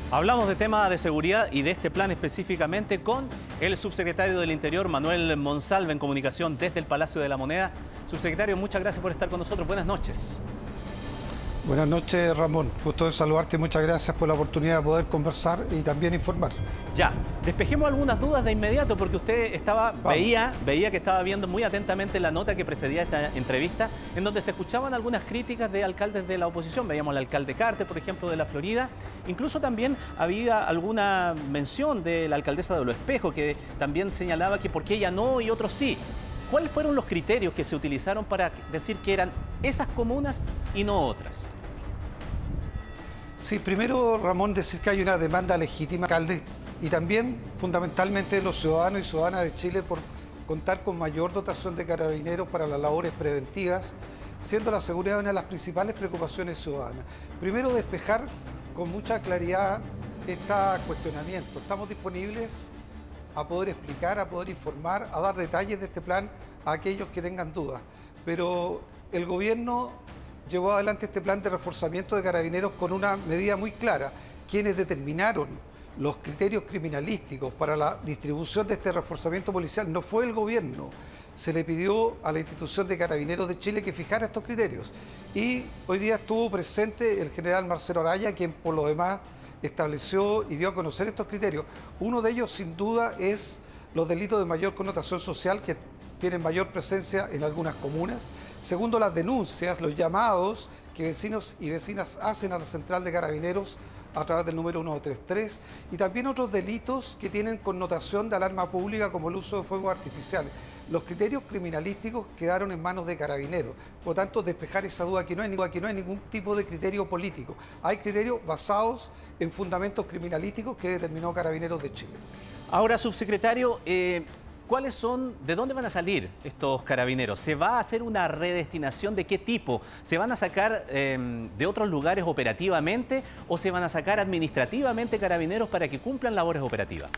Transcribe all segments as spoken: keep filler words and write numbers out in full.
Hablamos de tema de seguridad y de este plan específicamente con el subsecretario del Interior, Manuel Monsalve, en comunicación desde el Palacio de la Moneda. Subsecretario, muchas gracias por estar con nosotros. Buenas noches. Buenas noches, Ramón. Gusto de saludarte y muchas gracias por la oportunidad de poder conversar y también informar. Ya, despejemos algunas dudas de inmediato porque usted estaba, veía, veía que estaba viendo muy atentamente la nota que precedía esta entrevista, en donde se escuchaban algunas críticas de alcaldes de la oposición. Veíamos al alcalde Carter, por ejemplo, de la Florida. Incluso también había alguna mención de la alcaldesa de Los Espejos, que también señalaba que por qué ella no y otros sí. ¿Cuáles fueron los criterios que se utilizaron para decir que eran esas comunas y no otras? Sí, primero, Ramón, decir que hay una demanda legítima, alcalde, y también fundamentalmente de los ciudadanos y ciudadanas de Chile por contar con mayor dotación de carabineros para las labores preventivas, siendo la seguridad una de las principales preocupaciones ciudadanas. Primero, despejar con mucha claridad este cuestionamiento. Estamos disponibles a poder explicar, a poder informar, a dar detalles de este plan a aquellos que tengan dudas. Pero el gobierno llevó adelante este plan de reforzamiento de carabineros con una medida muy clara. Quienes determinaron los criterios criminalísticos para la distribución de este reforzamiento policial no fue el gobierno. Se le pidió a la institución de Carabineros de Chile que fijara estos criterios. Y hoy día estuvo presente el general Marcelo Araya, quien por lo demás estableció y dio a conocer estos criterios. Uno de ellos, sin duda, es los delitos de mayor connotación social que tienen mayor presencia en algunas comunas. Segundo, las denuncias, los llamados que vecinos y vecinas hacen a la central de carabineros a través del número uno tres tres. Y también otros delitos que tienen connotación de alarma pública, como el uso de fuegos artificiales. Los criterios criminalísticos quedaron en manos de carabineros. Por lo tanto, despejar esa duda, que no hay, aquí no hay ningún tipo de criterio político. Hay criterios basados en fundamentos criminalísticos que determinó Carabineros de Chile. Ahora, subsecretario, eh, ¿cuáles son, de dónde van a salir estos carabineros? ¿Se va a hacer una redestinación de qué tipo? ¿Se van a sacar eh, de otros lugares operativamente o se van a sacar administrativamente carabineros para que cumplan labores operativas?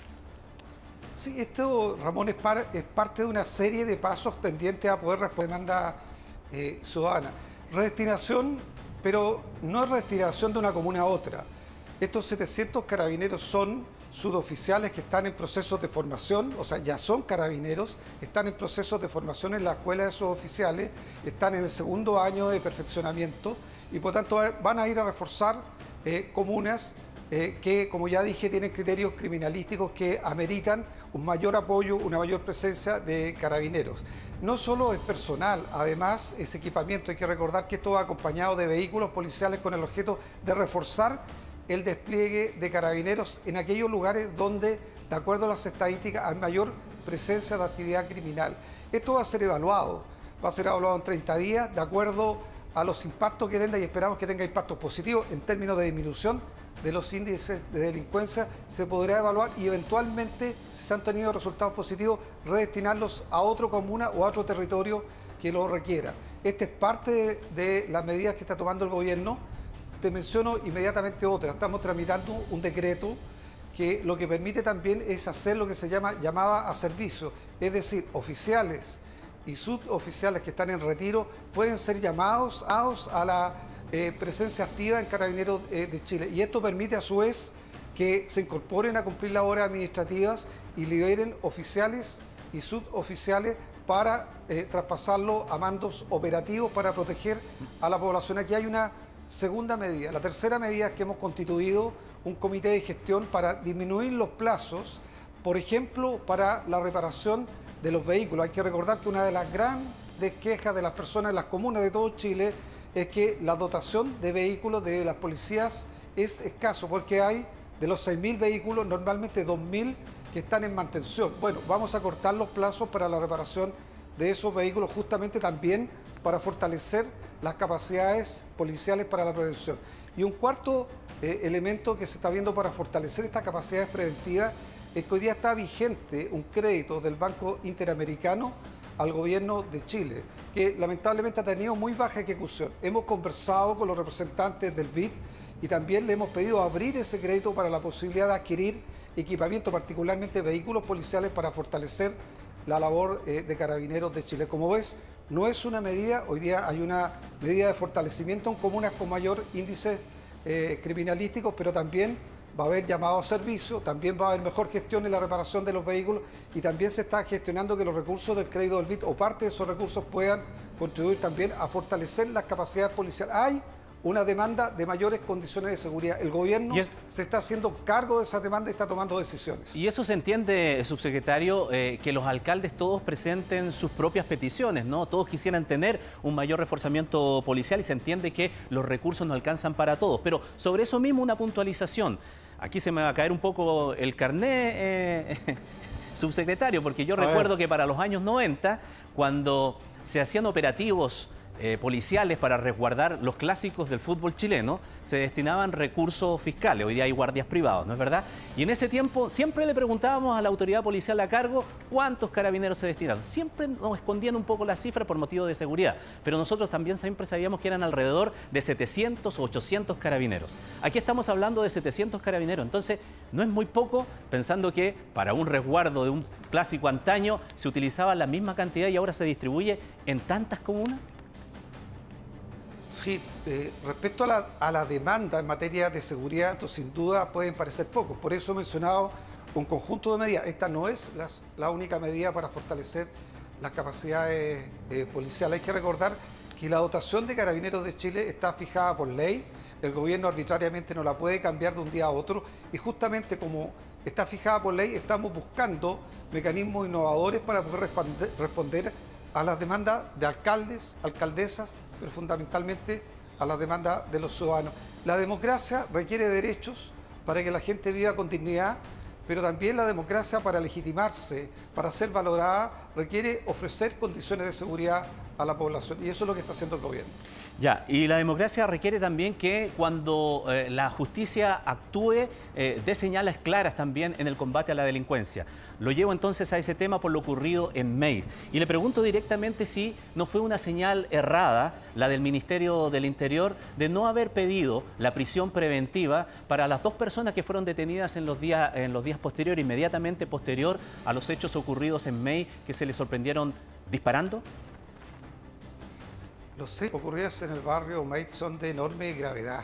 Sí, esto, Ramón, es, par, es parte de una serie de pasos tendientes a poder responder a demanda eh, ciudadana. Redestinación, pero no es redestinación de una comuna a otra. Estos setecientos carabineros son suboficiales que están en procesos de formación, o sea, ya son carabineros, están en procesos de formación en la escuela de suboficiales, están en el segundo año de perfeccionamiento y por tanto van a ir a reforzar eh, comunas eh, que, como ya dije, tienen criterios criminalísticos que ameritan un mayor apoyo, una mayor presencia de carabineros. No solo es personal, además es equipamiento. Hay que recordar que esto va acompañado de vehículos policiales con el objeto de reforzar el despliegue de carabineros en aquellos lugares donde, de acuerdo a las estadísticas, hay mayor presencia de actividad criminal. Esto va a ser evaluado, va a ser evaluado en treinta días, de acuerdo a los impactos que tenga, y esperamos que tenga impactos positivos en términos de disminución de los índices de delincuencia. Se podrá evaluar y eventualmente, si se han tenido resultados positivos, redestinarlos a otra comuna o a otro territorio que lo requiera. Esta es parte de, de las medidas que está tomando el gobierno. Te menciono inmediatamente otra. Estamos tramitando un decreto que lo que permite también es hacer lo que se llama llamada a servicio, es decir, oficiales y suboficiales que están en retiro pueden ser llamados a la eh, presencia activa en Carabineros eh, de Chile. Y esto permite a su vez que se incorporen a cumplir labores administrativas y liberen oficiales y suboficiales para eh, traspasarlo a mandos operativos para proteger a la población. Aquí hay una segunda medida. La tercera medida es que hemos constituido un comité de gestión para disminuir los plazos, por ejemplo, para la reparación de los vehículos. Hay que recordar que una de las grandes quejas de las personas en las comunas de todo Chile es que la dotación de vehículos de las policías es escaso, porque hay de los seis mil vehículos, normalmente dos mil que están en mantención. Bueno, vamos a cortar los plazos para la reparación de esos vehículos, justamente también para fortalecer las capacidades policiales para la prevención. Y un cuarto eh, elemento que se está viendo para fortalecer estas capacidades preventivas es que hoy día está vigente un crédito del Banco Interamericano al gobierno de Chile, que lamentablemente ha tenido muy baja ejecución. Hemos conversado con los representantes del B I D y también le hemos pedido abrir ese crédito para la posibilidad de adquirir equipamiento, particularmente vehículos policiales, para fortalecer la labor eh, de Carabineros de Chile. Como ves, no es una medida, hoy día hay una medida de fortalecimiento en comunas con mayor índice eh, criminalísticos, pero también va a haber llamado a servicio, también va a haber mejor gestión en la reparación de los vehículos y también se está gestionando que los recursos del crédito del B I D o parte de esos recursos puedan contribuir también a fortalecer las capacidades policiales. Hay una demanda de mayores condiciones de seguridad. El gobierno es... se está haciendo cargo de esa demanda y está tomando decisiones. Y eso se entiende, subsecretario, eh, que los alcaldes todos presenten sus propias peticiones, ¿no? Todos quisieran tener un mayor reforzamiento policial y se entiende que los recursos no alcanzan para todos. Pero sobre eso mismo una puntualización. Aquí se me va a caer un poco el carné, eh, subsecretario, porque yo a recuerdo ver. que para los años noventa, cuando se hacían operativos Eh, policiales para resguardar los clásicos del fútbol chileno, se destinaban recursos fiscales. Hoy día hay guardias privados, ¿no es verdad? Y en ese tiempo siempre le preguntábamos a la autoridad policial a cargo cuántos carabineros se destinaron. Siempre nos escondían un poco las cifras por motivo de seguridad, pero nosotros también siempre sabíamos que eran alrededor de setecientos o ochocientos carabineros. Aquí estamos hablando de setecientos carabineros, entonces no es muy poco, pensando que para un resguardo de un clásico antaño se utilizaba la misma cantidad y ahora se distribuye en tantas comunas. Sí, eh, respecto a la, a la demanda en materia de seguridad, esto sin duda pueden parecer pocos. Por eso he mencionado un conjunto de medidas. Esta no es las, la única medida para fortalecer las capacidades eh, policiales. Hay que recordar que la dotación de Carabineros de Chile está fijada por ley. El gobierno arbitrariamente no la puede cambiar de un día a otro. Y justamente como está fijada por ley, estamos buscando mecanismos innovadores para poder responder, responder a las demandas de alcaldes, alcaldesas, pero fundamentalmente a la demanda de los ciudadanos. La democracia requiere derechos para que la gente viva con dignidad, pero también la democracia, para legitimarse, para ser valorada, requiere ofrecer condiciones de seguridad a la población, y eso es lo que está haciendo el gobierno. Ya, y la democracia requiere también que cuando eh, la justicia actúe, eh, dé señales claras también en el combate a la delincuencia. Lo llevo entonces a ese tema por lo ocurrido en Mey. Y le pregunto directamente si no fue una señal errada la del Ministerio del Interior de no haber pedido la prisión preventiva para las dos personas que fueron detenidas en los días, en los días posteriores, inmediatamente posterior a los hechos ocurridos en Mey, que se les sorprendieron disparando. Los hechos ocurridos en el barrio Mey son de enorme gravedad.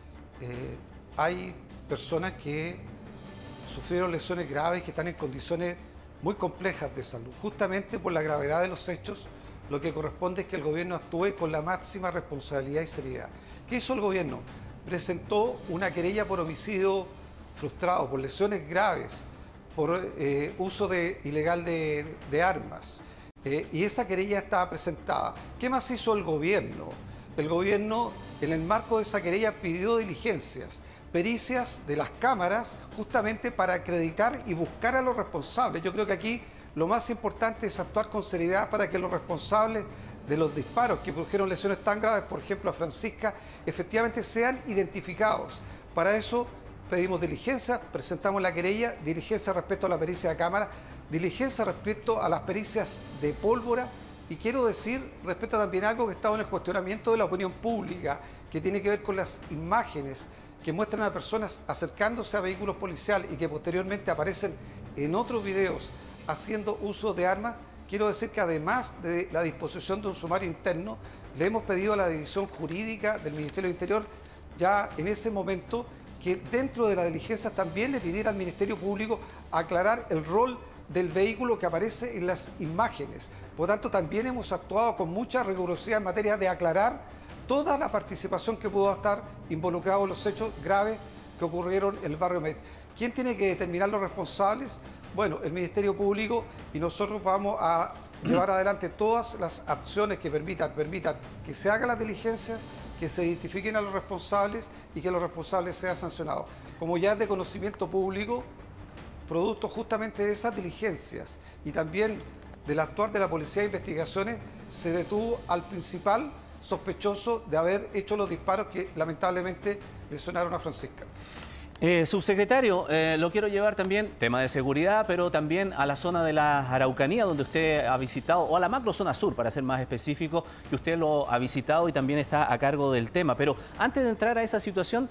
Eh, hay personas que sufrieron lesiones graves, que están en condiciones muy complejas de salud. Justamente por la gravedad de los hechos, lo que corresponde es que el gobierno actúe con la máxima responsabilidad y seriedad. ¿Qué hizo el gobierno? Presentó una querella por homicidio frustrado, por lesiones graves, por eh, uso de, ilegal de, de armas. Eh, y esa querella estaba presentada. ¿Qué más hizo el gobierno? El gobierno, en el marco de esa querella, pidió diligencias, pericias de las cámaras, justamente para acreditar y buscar a los responsables. Yo creo que aquí lo más importante es actuar con seriedad para que los responsables de los disparos que produjeron lesiones tan graves, por ejemplo a Francisca, efectivamente sean identificados. Para eso pedimos diligencia, presentamos la querella, diligencia respecto a la pericia de cámara, diligencia respecto a las pericias de pólvora, y quiero decir respecto también a algo que estaba en el cuestionamiento de la opinión pública, que tiene que ver con las imágenes que muestran a personas acercándose a vehículos policiales y que posteriormente aparecen en otros videos haciendo uso de armas. Quiero decir que además de la disposición de un sumario interno, le hemos pedido a la División Jurídica del Ministerio del Interior, ya en ese momento, que dentro de las diligencias también le pidiera al Ministerio Público aclarar el rol del vehículo que aparece en las imágenes. Por tanto, también hemos actuado con mucha rigurosidad en materia de aclarar toda la participación que pudo estar involucrado en los hechos graves que ocurrieron en el barrio Mey. ¿Quién tiene que determinar los responsables? Bueno, el Ministerio Público, y nosotros vamos a llevar adelante todas las acciones que permitan, permitan que se hagan las diligencias, que se identifiquen a los responsables y que los responsables sean sancionados. Como ya es de conocimiento público, producto justamente de esas diligencias y también del actuar de la Policía de Investigaciones, se detuvo al principal sospechoso de haber hecho los disparos que lamentablemente lesionaron a Francisca. Eh, subsecretario, eh, lo quiero llevar también, tema de seguridad, pero también a la zona de la Araucanía, donde usted ha visitado, o a la macro zona sur, para ser más específico, que usted lo ha visitado y también está a cargo del tema. Pero antes de entrar a esa situación,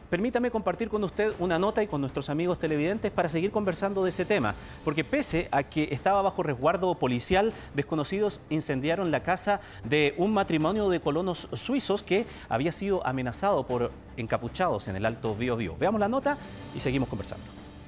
permítame compartir con usted una nota y con nuestros amigos televidentes para seguir conversando de ese tema, porque pese a que estaba bajo resguardo policial, desconocidos incendiaron la casa de un matrimonio de colonos suizos que había sido amenazado por encapuchados en el Alto Biobío. Veamos la nota y seguimos conversando.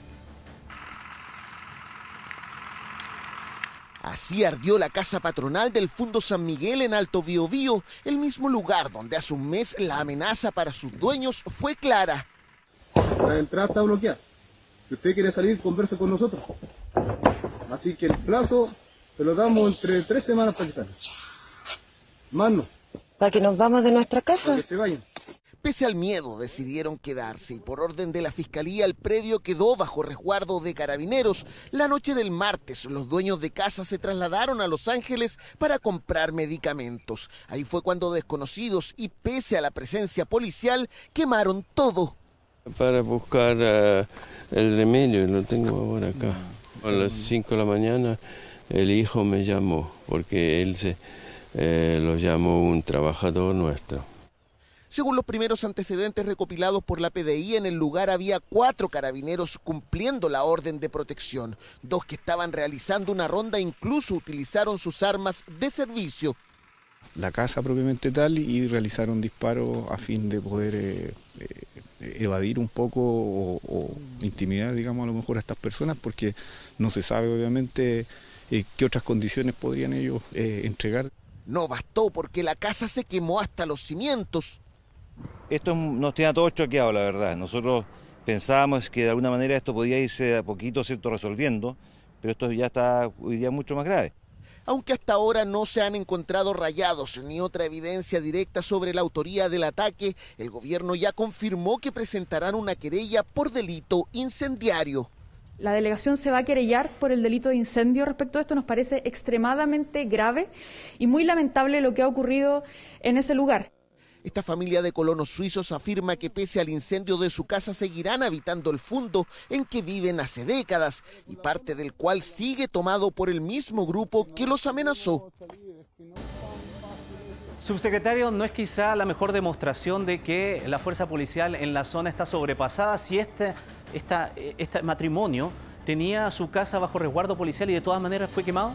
Así ardió la casa patronal del Fundo San Miguel en Alto Biobío, el mismo lugar donde hace un mes la amenaza para sus dueños fue clara. La entrada está bloqueada. Si usted quiere salir, converse con nosotros. Así que el plazo se lo damos entre tres semanas para que salgan. Más no. ¿Para que nos vamos de nuestra casa? Para que se vayan. Pese al miedo, decidieron quedarse y por orden de la Fiscalía el predio quedó bajo resguardo de carabineros. La noche del martes, los dueños de casa se trasladaron a Los Ángeles para comprar medicamentos. Ahí fue cuando desconocidos y pese a la presencia policial, quemaron todo. Para buscar uh, el remedio, lo tengo ahora acá. A las cinco de la mañana el hijo me llamó, porque él se, eh, lo llamó un trabajador nuestro. Según los primeros antecedentes recopilados por la P D I, en el lugar había cuatro carabineros cumpliendo la orden de protección. Dos que estaban realizando una ronda incluso utilizaron sus armas de servicio. La casa propiamente tal y realizaron disparos a fin de poder eh, eh, evadir un poco o, o intimidar, digamos, a lo mejor a estas personas, porque no se sabe obviamente eh, qué otras condiciones podrían ellos eh, entregar. No bastó porque la casa se quemó hasta los cimientos. Esto nos tiene a todos choqueados, la verdad. Nosotros pensábamos que de alguna manera esto podía irse de a poquito, ¿cierto?, resolviendo, pero esto ya está hoy día mucho más grave. Aunque hasta ahora no se han encontrado rayados ni otra evidencia directa sobre la autoría del ataque, el gobierno ya confirmó que presentarán una querella por delito incendiario. La delegación se va a querellar por el delito de incendio. Respecto a esto, nos parece extremadamente grave y muy lamentable lo que ha ocurrido en ese lugar. Esta familia de colonos suizos afirma que pese al incendio de su casa seguirán habitando el fundo en que viven hace décadas y parte del cual sigue tomado por el mismo grupo que los amenazó. Subsecretario, ¿no es quizá la mejor demostración de que la fuerza policial en la zona está sobrepasada si este, esta, este matrimonio tenía su casa bajo resguardo policial y de todas maneras fue quemado?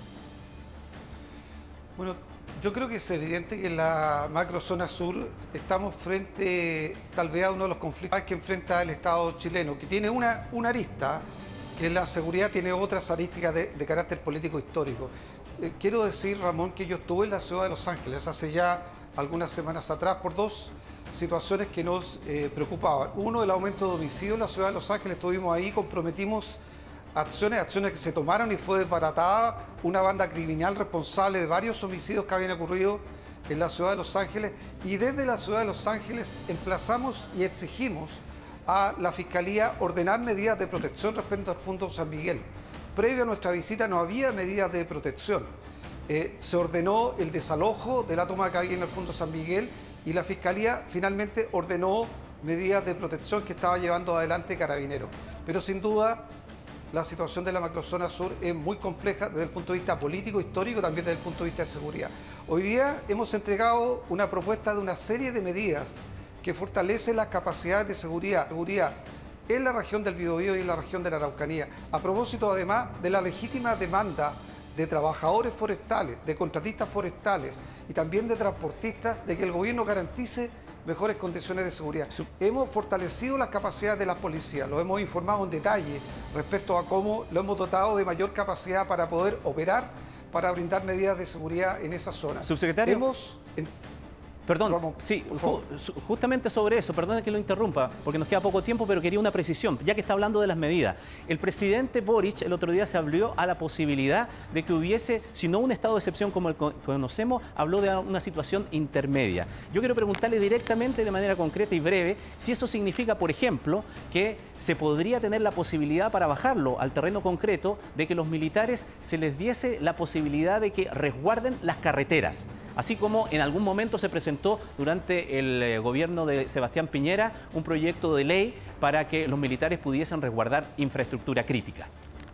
Bueno, yo creo que es evidente que en la macrozona sur estamos frente tal vez a uno de los conflictos que enfrenta el Estado chileno, que tiene una, una arista, que la seguridad tiene otras arísticas de, de carácter político histórico. Eh, quiero decir, Ramón, que yo estuve en la ciudad de Los Ángeles hace ya algunas semanas atrás por dos situaciones que nos eh, preocupaban. Uno, el aumento de homicidios en la ciudad de Los Ángeles. Estuvimos ahí, comprometimos acciones, acciones que se tomaron y fue desbaratada una banda criminal responsable de varios homicidios que habían ocurrido en la ciudad de Los Ángeles. Y desde la ciudad de Los Ángeles emplazamos y exigimos a la Fiscalía ordenar medidas de protección respecto al Fundo San Miguel. Previo a nuestra visita no había medidas de protección. Eh, se ordenó el desalojo de la toma que había en el Fundo San Miguel y la Fiscalía finalmente ordenó medidas de protección que estaba llevando adelante Carabineros. Pero sin duda la situación de la macrozona sur es muy compleja desde el punto de vista político, histórico, también desde el punto de vista de seguridad. Hoy día hemos entregado una propuesta de una serie de medidas que fortalecen las capacidades de seguridad, seguridad en la región del Biobío y en la región de la Araucanía, a propósito además de la legítima demanda de trabajadores forestales, de contratistas forestales y también de transportistas, de que el gobierno garantice mejores condiciones de seguridad. Sí. Hemos fortalecido las capacidades de las policías, lo hemos informado en detalle respecto a cómo lo hemos dotado de mayor capacidad para poder operar, para brindar medidas de seguridad en esa zona. Subsecretario. Hemos, en, Perdón, Ramón, sí, ju justamente sobre eso, perdón que lo interrumpa, porque nos queda poco tiempo, pero quería una precisión, ya que está hablando de las medidas. El presidente Boric el otro día se abrió a la posibilidad de que hubiese, si no un estado de excepción como el que conocemos, habló de una situación intermedia. Yo quiero preguntarle directamente, de manera concreta y breve, si eso significa, por ejemplo, que se podría tener la posibilidad para bajarlo al terreno concreto de que los militares se les diese la posibilidad de que resguarden las carreteras, así como en algún momento se presentó durante el gobierno de Sebastián Piñera un proyecto de ley para que los militares pudiesen resguardar infraestructura crítica.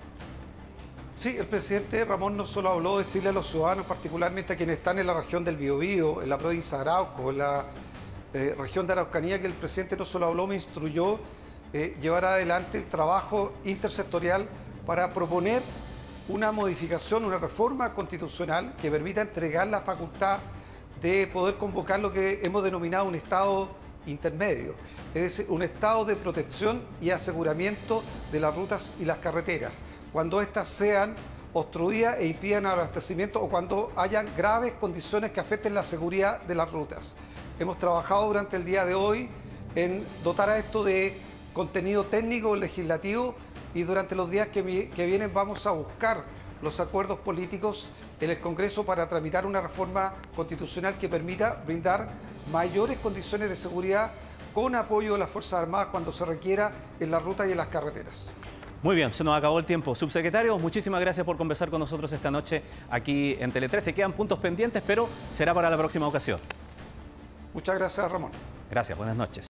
Sí, el presidente Ramón no solo habló de decirle a los ciudadanos, particularmente a quienes están en la región del Biobío, en la provincia de Arauco, en la, eh, región de Araucanía, que el presidente no solo habló, me instruyó eh, llevar adelante el trabajo intersectorial para proponer una modificación, una reforma constitucional que permita entregar la facultad de poder convocar lo que hemos denominado un estado intermedio, es decir, un estado de protección y aseguramiento de las rutas y las carreteras, cuando éstas sean obstruidas e impidan el abastecimiento o cuando hayan graves condiciones que afecten la seguridad de las rutas. Hemos trabajado durante el día de hoy en dotar a esto de contenido técnico, legislativo, y durante los días que, mi, que vienen vamos a buscar los acuerdos políticos en el Congreso para tramitar una reforma constitucional que permita brindar mayores condiciones de seguridad con apoyo de las Fuerzas Armadas cuando se requiera en las rutas y en las carreteras. Muy bien, se nos acabó el tiempo. Subsecretario, muchísimas gracias por conversar con nosotros esta noche aquí en Tele trece. Quedan puntos pendientes, pero será para la próxima ocasión. Muchas gracias, Ramón. Gracias, buenas noches.